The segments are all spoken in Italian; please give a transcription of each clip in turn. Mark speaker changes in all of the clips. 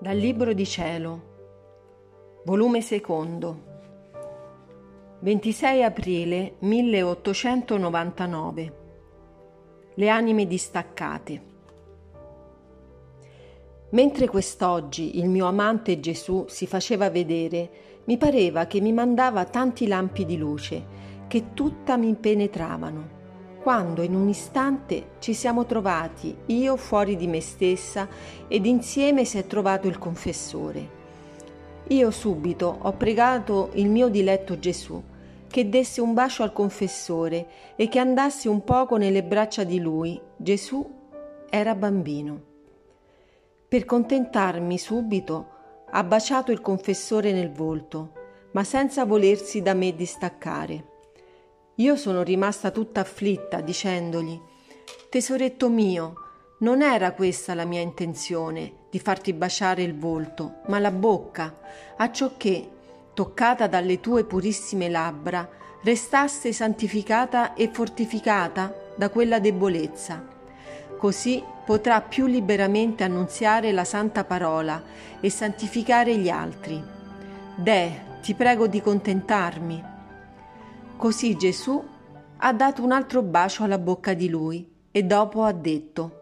Speaker 1: Dal Libro di Cielo, volume secondo, 26 aprile 1899. Le anime distaccate. Mentre quest'oggi il mio amante Gesù si faceva vedere, mi pareva che mi mandava tanti lampi di luce che tutta mi penetravano. Quando in un istante ci siamo trovati, io fuori di me stessa, ed insieme si è trovato il confessore. Io subito ho pregato il mio diletto Gesù che desse un bacio al confessore e che andasse un poco nelle braccia di lui. Gesù era bambino. Per contentarmi subito ha baciato il confessore nel volto, ma senza volersi da me distaccare. Io sono rimasta tutta afflitta dicendogli: «Tesoretto mio, non era questa la mia intenzione di farti baciare il volto, ma la bocca, acciò che, toccata dalle tue purissime labbra, restasse santificata e fortificata da quella debolezza. Così potrà più liberamente annunziare la santa parola e santificare gli altri. Ti prego di contentarmi». Così Gesù ha dato un altro bacio alla bocca di lui e dopo ha detto: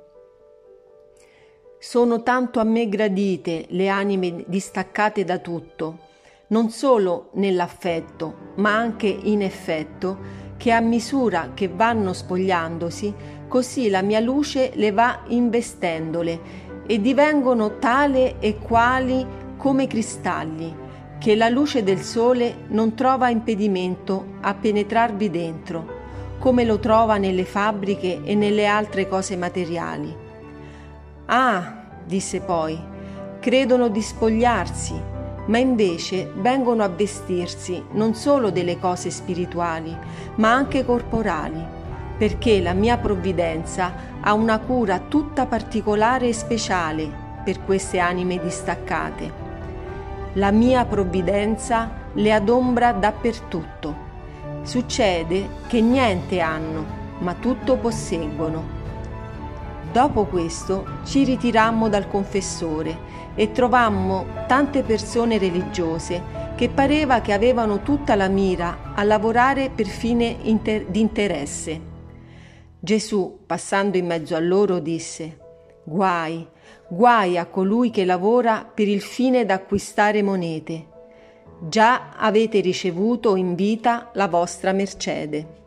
Speaker 1: «Sono tanto a me gradite le anime distaccate da tutto, non solo nell'affetto, ma anche in effetto, che a misura che vanno spogliandosi, così la mia luce le va investendole e divengono tale e quali come cristalli, che la luce del sole non trova impedimento a penetrarvi dentro, come lo trova nelle fabbriche e nelle altre cose materiali». «Ah», disse poi, «credono di spogliarsi, ma invece vengono a vestirsi non solo delle cose spirituali, ma anche corporali, perché la mia provvidenza ha una cura tutta particolare e speciale per queste anime distaccate. La mia provvidenza le adombra dappertutto. Succede che niente hanno, ma tutto posseggono». Dopo questo ci ritirammo dal confessore e trovammo tante persone religiose che pareva che avevano tutta la mira a lavorare per fine di interesse. Gesù, passando in mezzo a loro, disse: «Guai, guai a colui che lavora per il fine d'acquistare monete. Già avete ricevuto in vita la vostra mercede».